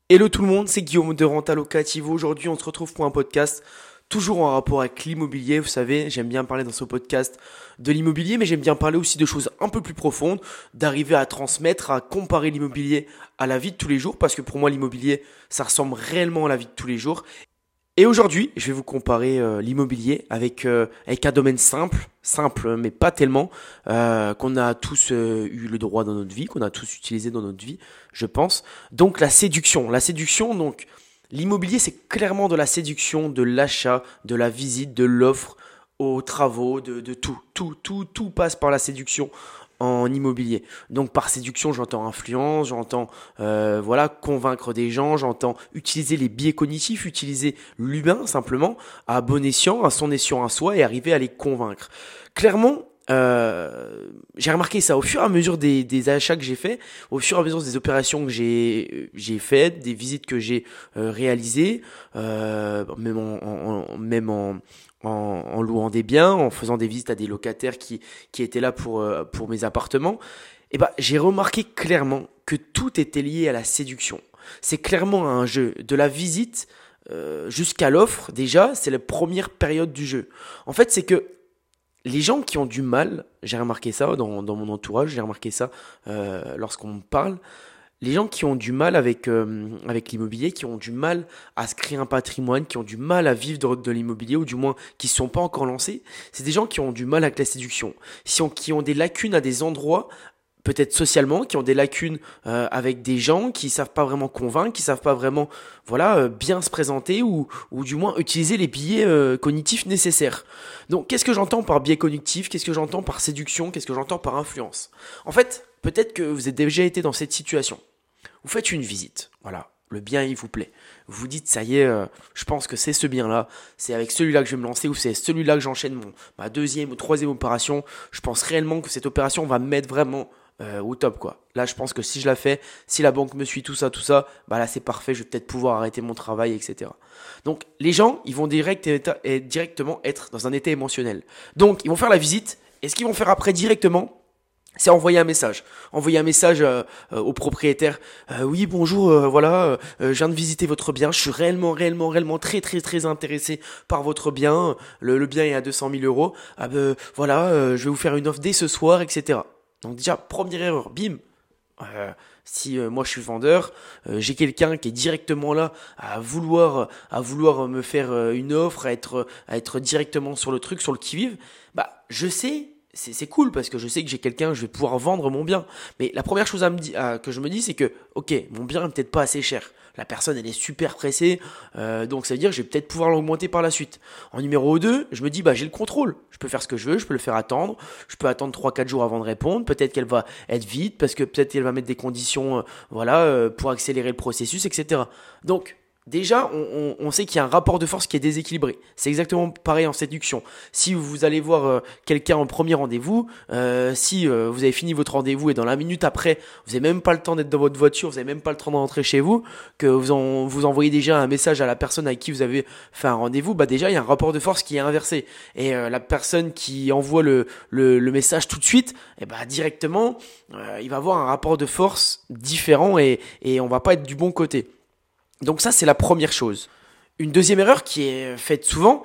Hello tout le monde, c'est Guillaume de Renta Locativo. Aujourd'hui, on se retrouve pour un podcast toujours en rapport avec l'immobilier. Vous savez, j'aime bien parler dans ce podcast de l'immobilier, mais j'aime bien parler aussi de choses un peu plus profondes, d'arriver à transmettre, à comparer l'immobilier à la vie de tous les jours, parce que pour moi, l'immobilier, ça ressemble réellement à la vie de tous les jours. Et aujourd'hui, je vais vous comparer l'immobilier avec un domaine simple mais pas tellement, qu'on a tous eu le droit dans notre vie, qu'on a tous utilisé dans notre vie, je pense. Donc la séduction. La séduction, donc l'immobilier, c'est clairement de la séduction, de l'achat, de la visite, de l'offre, aux travaux, de tout. Tout passe par la séduction en immobilier. Donc par séduction, j'entends influence, j'entends voilà convaincre des gens, j'entends utiliser les biais cognitifs, utiliser l'humain simplement à bon escient, à son escient à soi et arriver à les convaincre. Clairement, j'ai remarqué ça au fur et à mesure des achats que j'ai faits, au fur et à mesure des opérations que j'ai faites, des visites que j'ai réalisées, même en louant des biens, en faisant des visites à des locataires qui étaient là pour mes appartements, et ben, j'ai remarqué clairement que tout était lié à la séduction. C'est clairement un jeu. De la visite jusqu'à l'offre, déjà, c'est la première période du jeu. En fait, c'est que les gens qui ont du mal, j'ai remarqué ça dans mon entourage, j'ai remarqué ça lorsqu'on me parle, les gens qui ont du mal avec l'immobilier, qui ont du mal à se créer un patrimoine, qui ont du mal à vivre de l'immobilier, ou du moins qui ne sont pas encore lancés, c'est des gens qui ont du mal avec la séduction, qui ont des lacunes à des endroits, peut-être socialement, qui ont des lacunes avec des gens qui savent pas vraiment convaincre, qui savent pas vraiment bien se présenter ou du moins utiliser les biais cognitifs nécessaires. Donc qu'est-ce que j'entends par biais cognitif? Qu'est-ce que j'entends par séduction? Qu'est-ce que j'entends par influence? En fait, peut-être que vous avez déjà été dans cette situation. Vous faites une visite, voilà, le bien il vous plaît. Vous vous dites ça y est, je pense que c'est ce bien-là, c'est avec celui-là que je vais me lancer ou c'est celui-là que j'enchaîne ma deuxième ou troisième opération. Je pense réellement que cette opération va me mettre vraiment au top quoi. Là je pense que si je la fais, si la banque me suit tout ça, bah là c'est parfait, je vais peut-être pouvoir arrêter mon travail, etc. Donc les gens, ils vont directement être dans un état émotionnel. Donc ils vont faire la visite, et ce qu'ils vont faire après directement, c'est envoyer un message. Envoyer un message au propriétaire. Oui, bonjour, je viens de visiter votre bien. Je suis réellement très intéressé par votre bien. Le bien est à 200 000 euros. Je vais vous faire une offre dès ce soir, etc. Donc déjà, première erreur, bim. Si moi je suis vendeur, j'ai quelqu'un qui est directement là à vouloir me faire une offre, à être directement sur le truc, sur le qui-vive, bah je sais, c'est cool parce que je sais que j'ai quelqu'un, je vais pouvoir vendre mon bien. Mais la première chose que je me dis, c'est que ok, mon bien est peut-être pas assez cher. La personne elle est super pressée, donc ça veut dire que je vais peut-être pouvoir l'augmenter par la suite. En numéro 2, je me dis bah j'ai le contrôle, je peux faire ce que je veux, je peux le faire attendre, je peux attendre 3-4 jours avant de répondre, peut-être qu'elle va être vite, parce que peut-être qu'elle va mettre des conditions pour accélérer le processus, etc. Donc déjà, on sait qu'il y a un rapport de force qui est déséquilibré. C'est exactement pareil en séduction. Si vous allez voir quelqu'un en premier rendez-vous, si vous avez fini votre rendez-vous et dans la minute après, vous n'avez même pas le temps d'être dans votre voiture, vous n'avez même pas le temps de rentrer chez vous, que vous envoyez déjà un message à la personne avec qui vous avez fait un rendez-vous, bah déjà il y a un rapport de force qui est inversé. Et la personne qui envoie le message tout de suite, et bah directement, il va avoir un rapport de force différent et on va pas être du bon côté. Donc ça, c'est la première chose. Une deuxième erreur qui est faite souvent,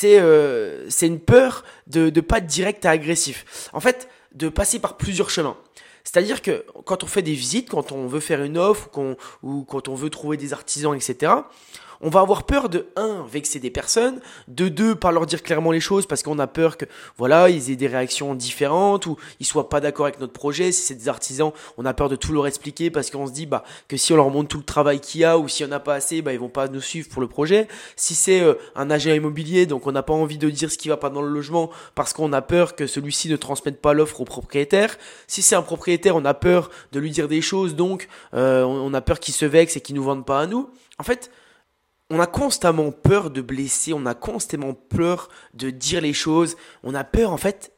c'est une peur de pas être direct à agressif. En fait, de passer par plusieurs chemins. C'est-à-dire que quand on fait des visites, quand on veut faire une offre ou quand on veut trouver des artisans, etc., on va avoir peur de vexer des personnes, de 2 pas leur dire clairement les choses parce qu'on a peur que ils aient des réactions différentes ou ils soient pas d'accord avec notre projet. Si c'est des artisans, on a peur de tout leur expliquer parce qu'on se dit que si on leur montre tout le travail qu'il y a ou s'il y en a pas assez, ils vont pas nous suivre pour le projet. Si c'est un agent immobilier, donc on n'a pas envie de dire ce qui va pas dans le logement parce qu'on a peur que celui-ci ne transmette pas l'offre au propriétaire. Si c'est un propriétaire, on a peur de lui dire des choses, donc on a peur qu'il se vexe et qu'il nous vende pas à nous. En fait, on a constamment peur de blesser, on a constamment peur de dire les choses, on a peur en fait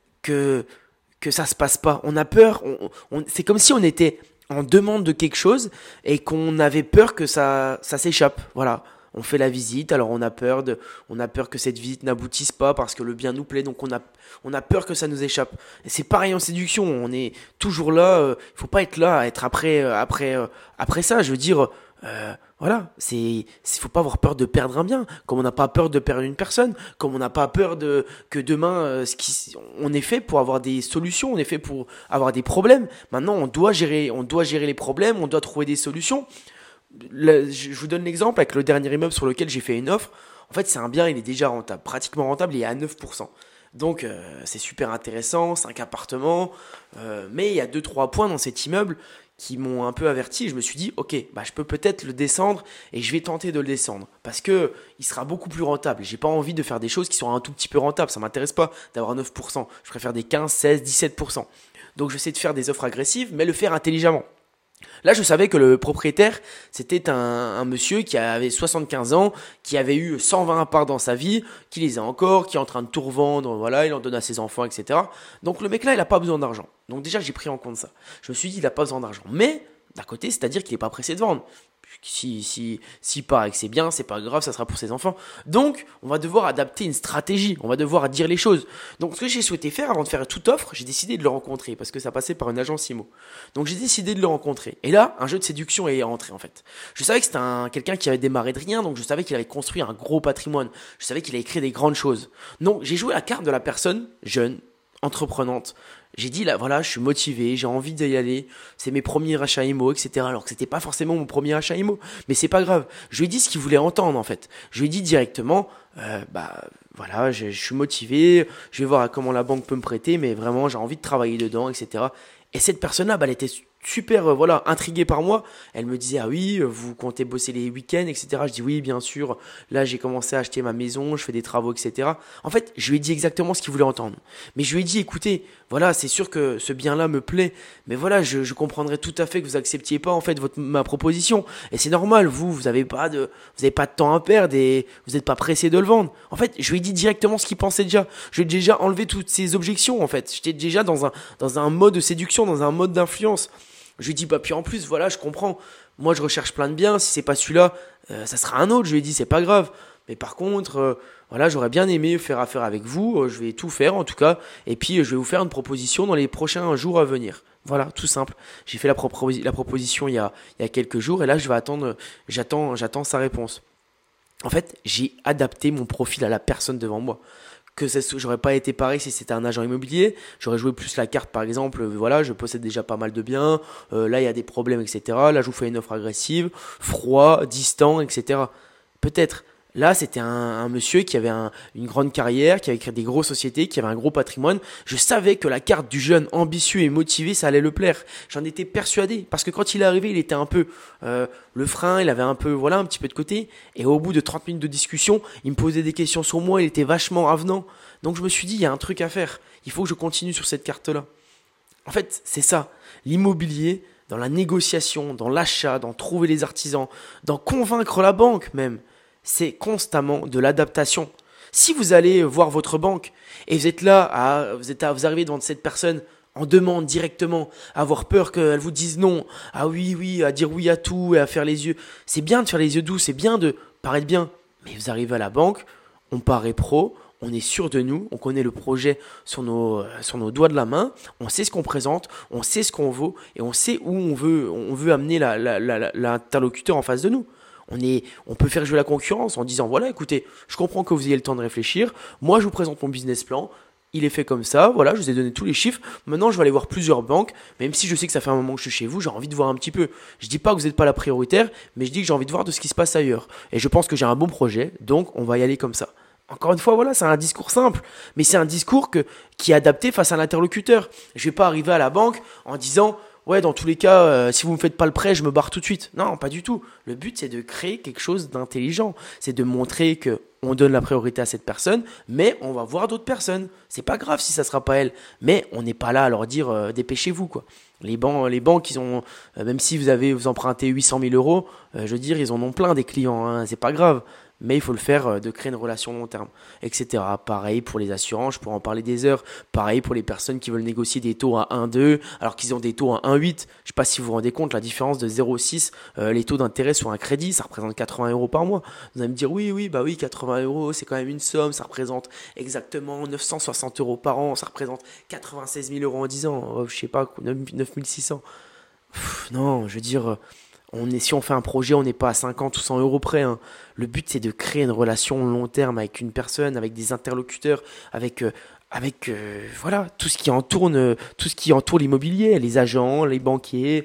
que ça se passe pas. On a peur, c'est comme si on était en demande de quelque chose et qu'on avait peur que ça s'échappe. Voilà. On fait la visite, alors on a peur que cette visite n'aboutisse pas parce que le bien nous plaît, donc on a peur que ça nous échappe. Et c'est pareil en séduction, on est toujours là, il faut pas être là, à être après ça. Je veux dire, Voilà, faut pas avoir peur de perdre un bien, comme on n'a pas peur de perdre une personne, comme on n'a pas peur de que demain, on est fait pour avoir des solutions, on est fait pour avoir des problèmes. Maintenant, on doit gérer les problèmes, on doit trouver des solutions. Je vous donne l'exemple avec le dernier immeuble sur lequel j'ai fait une offre. En fait, c'est un bien, il est déjà rentable, pratiquement rentable, il est à 9%. Donc, c'est super intéressant, 5 appartements. Mais il y a deux trois points dans cet immeuble qui m'ont un peu averti. Je me suis dit, ok, bah, je peux peut-être le descendre et je vais tenter de le descendre. Parce que il sera beaucoup plus rentable. J'ai pas envie de faire des choses qui sont un tout petit peu rentables. Ça m'intéresse pas d'avoir 9%. Je préfère des 15, 16, 17%. Donc, j'essaie de faire des offres agressives, mais le faire intelligemment. Là, je savais que le propriétaire, c'était un monsieur qui avait 75 ans, qui avait eu 120 apparts dans sa vie, qui les a encore, qui est en train de tout revendre, voilà, il en donne à ses enfants, etc. Donc le mec là, il n'a pas besoin d'argent. Donc déjà, j'ai pris en compte ça. Je me suis dit, il n'a pas besoin d'argent. Mais, d'un côté, c'est-à-dire qu'il n'est pas pressé de vendre. Si part et que c'est bien, c'est pas grave, ça sera pour ses enfants. Donc, on va devoir adapter une stratégie, on va devoir dire les choses. Donc, ce que j'ai souhaité faire avant de faire toute offre, j'ai décidé de le rencontrer parce que ça passait par une agence IMO. Donc, j'ai décidé de le rencontrer. Et là, un jeu de séduction est entré en fait. Je savais que c'était quelqu'un qui avait démarré de rien, donc je savais qu'il avait construit un gros patrimoine. Je savais qu'il avait créé des grandes choses. Donc, j'ai joué la carte de la personne jeune, entreprenante. J'ai dit là, voilà, je suis motivé, j'ai envie d'y aller, c'est mes premiers achats IMO, etc. Alors que c'était pas forcément mon premier achat IMO, mais c'est pas grave. Je lui ai dit ce qu'il voulait entendre en fait. Je lui ai dit directement, bah voilà, je suis motivé, je vais voir comment la banque peut me prêter, mais vraiment j'ai envie de travailler dedans, etc. Et cette personne-là, bah, elle était super voilà intriguée par moi. Elle me disait ah oui, vous comptez bosser les week-ends, etc. Je dis oui, bien sûr. Là, j'ai commencé à acheter ma maison, je fais des travaux, etc. En fait, je lui ai dit exactement ce qu'il voulait entendre. Mais je lui ai dit écoutez, voilà, c'est sûr que ce bien-là me plaît, mais voilà, je comprendrais tout à fait que vous acceptiez pas en fait ma proposition. Et c'est normal, vous avez pas de temps à perdre et vous n'êtes pas pressé de le vendre. En fait, je lui ai dit directement ce qu'il pensait déjà. Je lui ai déjà enlevé toutes ses objections en fait. J'étais déjà dans un mode de séduction, dans un mode d'influence. Je lui ai dit, bah, puis en plus, voilà, je comprends. Moi, je recherche plein de biens. Si c'est pas celui-là, ça sera un autre. Je lui ai dit, c'est pas grave. Mais par contre, voilà, j'aurais bien aimé faire affaire avec vous. Je vais tout faire, en tout cas. Et puis, je vais vous faire une proposition dans les prochains jours à venir. Voilà, tout simple. J'ai fait la proposition il y a quelques jours. Et là, je vais attendre, j'attends sa réponse. En fait, j'ai adapté mon profil à la personne devant moi. J'aurais pas été pareil si c'était un agent immobilier. J'aurais joué plus la carte, par exemple. Voilà, je possède déjà pas mal de biens. Là, il y a des problèmes, etc. Là, je vous fais une offre agressive, froid, distant, etc. Peut-être. Là, c'était un monsieur qui avait une grande carrière, qui avait créé des grosses sociétés, qui avait un gros patrimoine. Je savais que la carte du jeune ambitieux et motivé, ça allait le plaire. J'en étais persuadé. Parce que quand il est arrivé, il était un peu le frein, il avait un peu, voilà, un petit peu de côté. Et au bout de 30 minutes de discussion, il me posait des questions sur moi, il était vachement avenant. Donc je me suis dit, il y a un truc à faire. Il faut que je continue sur cette carte-là. En fait, c'est ça. L'immobilier, dans la négociation, dans l'achat, dans trouver les artisans, dans convaincre la banque même, c'est constamment de l'adaptation. Si vous allez voir votre banque et vous êtes là, vous arrivez devant cette personne en demande directement, à avoir peur qu'elle vous dise non, ah oui, oui, à dire oui à tout et à faire les yeux. C'est bien de faire les yeux doux, c'est bien de paraître bien. Mais vous arrivez à la banque, on paraît pro, on est sûr de nous, on connaît le projet sur nos doigts de la main, on sait ce qu'on présente, on sait ce qu'on vaut et on sait où on veut amener l'interlocuteur en face de nous. On peut faire jouer la concurrence en disant voilà, écoutez, je comprends que vous ayez le temps de réfléchir. Moi, je vous présente mon business plan. Il est fait comme ça. Voilà, je vous ai donné tous les chiffres. Maintenant, je vais aller voir plusieurs banques. Même si je sais que ça fait un moment que je suis chez vous, j'ai envie de voir un petit peu. Je dis pas que vous n'êtes pas la prioritaire, mais je dis que j'ai envie de voir de ce qui se passe ailleurs. Et je pense que j'ai un bon projet, donc on va y aller comme ça. Encore une fois, voilà, c'est un discours simple, mais c'est un discours qui est adapté face à l'interlocuteur. Je vais pas arriver à la banque en disant ouais, dans tous les cas, si vous me faites pas le prêt, je me barre tout de suite. Non, pas du tout. Le but, c'est de créer quelque chose d'intelligent. C'est de montrer que on donne la priorité à cette personne, mais on va voir d'autres personnes. C'est pas grave si ça sera pas elle, mais on n'est pas là à leur dire dépêchez-vous quoi. Les banques, ils ont, même si vous empruntez 800 000 euros, je veux dire, ils en ont plein des clients. Hein, c'est pas grave. Mais il faut le faire de créer une relation long terme, etc. Pareil pour les assurances, je pourrais en parler des heures. Pareil pour les personnes qui veulent négocier des taux à 1,2 alors qu'ils ont des taux à 1,8. Je ne sais pas si vous vous rendez compte, la différence de 0,6, les taux d'intérêt sur un crédit, ça représente 80 euros par mois. Vous allez me dire oui, 80 euros, c'est quand même une somme, ça représente exactement 960 euros par an, ça représente 96 000 euros en 10 ans, je sais pas, 9 600. Non, je veux dire, Si on fait un projet, on n'est pas à 50 ou 100 euros près, hein. Le but, c'est de créer une relation long terme avec une personne, avec des interlocuteurs, voilà, tout ce qui entoure l'immobilier, les agents, les banquiers,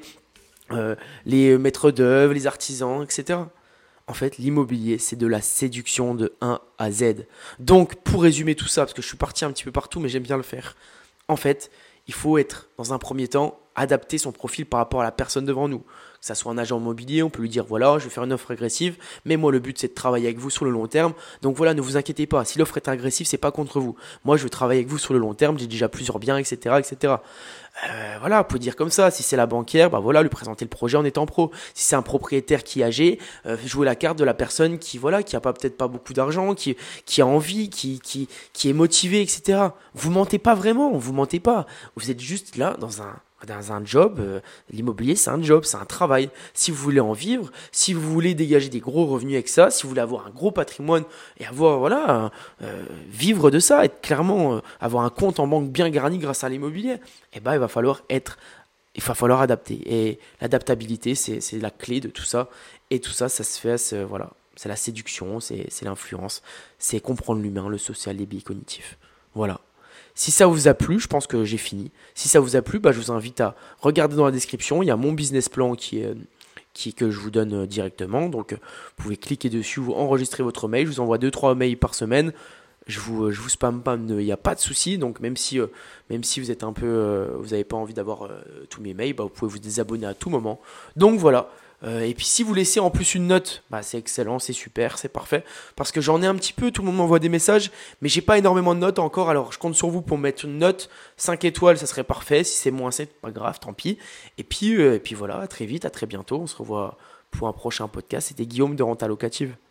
les maîtres d'œuvre, les artisans, etc. En fait, l'immobilier, c'est de la séduction de A à Z. Donc, pour résumer tout ça, parce que je suis parti un petit peu partout, mais j'aime bien le faire. En fait, il faut être, dans un premier temps, adapter son profil par rapport à la personne devant nous. Que ça soit un agent immobilier, on peut lui dire voilà, je vais faire une offre agressive, mais moi le but c'est de travailler avec vous sur le long terme. Donc voilà, ne vous inquiétez pas, si l'offre est agressive, c'est pas contre vous. Moi je veux travailler avec vous sur le long terme, j'ai déjà plusieurs biens, etc. etc. Voilà, vous pouvez dire comme ça. Si c'est la banquière, bah voilà, lui présenter le projet en étant pro. Si c'est un propriétaire qui est âgé, jouer la carte de la personne qui voilà, qui a pas peut-être pas beaucoup d'argent, qui a envie, qui est motivé, etc. Vous mentez pas vraiment, vous mentez pas. Vous êtes juste là dans un job. L'immobilier c'est un job, c'est un travail. Si vous voulez en vivre, si vous voulez dégager des gros revenus avec ça, si vous voulez avoir un gros patrimoine et avoir voilà, vivre de ça, être clairement avoir un compte en banque bien garni grâce à l'immobilier, eh ben il va falloir adapter. Et l'adaptabilité, c'est la clé de tout ça. Et tout ça, ça se fait, voilà, c'est la séduction, c'est l'influence, c'est comprendre l'humain, le social, les biais cognitifs. Voilà. Si ça vous a plu, je pense que j'ai fini. Si ça vous a plu, bah, je vous invite à regarder dans la description. Il y a mon business plan que je vous donne directement. Donc, vous pouvez cliquer dessus, vous enregistrez votre mail. Je vous envoie 2-3 mails par semaine. Je vous spamme pas, il n'y a pas de souci. Donc même si vous êtes un peu, vous n'avez pas envie d'avoir tous mes mails, bah, vous pouvez vous désabonner à tout moment. Donc voilà. Et puis si vous laissez en plus une note, bah, c'est excellent, c'est super, c'est parfait. Parce que j'en ai un petit peu, tout le monde m'envoie des messages, mais j'ai pas énormément de notes encore. Alors je compte sur vous pour mettre une note 5 étoiles, ça serait parfait. Si c'est moins 7, pas grave, tant pis. Et puis voilà, à très vite, à très bientôt. On se revoit pour un prochain podcast. C'était Guillaume de Renta Locative.